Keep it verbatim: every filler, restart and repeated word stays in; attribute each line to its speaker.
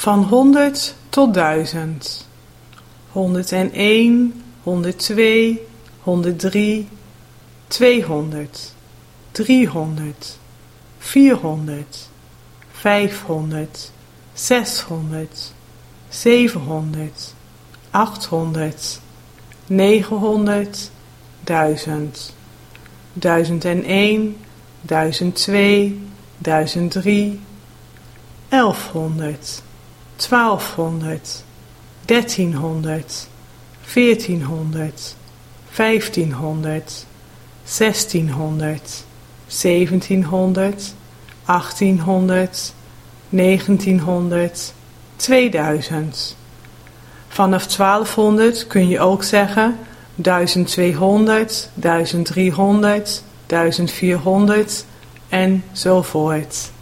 Speaker 1: Van honderd tot duizend. honderdéén, honderdtwee, honderddrie, tweehonderd, driehonderd, vierhonderd, vijfhonderd, zeshonderd, zevenhonderd, achthonderd, negenhonderd, duizend. Duizend en één, duizend twee, duizend drie, elfhonderd, twaalfhonderd, dertienhonderd, veertienhonderd, vijftienhonderd, zestienhonderd, zeventienhonderd, achttienhonderd, negentienhonderd, tweeduizend. Vanaf twaalfhonderd kun je ook zeggen duizend tweehonderd, duizend driehonderd, duizend vierhonderd en zo voort.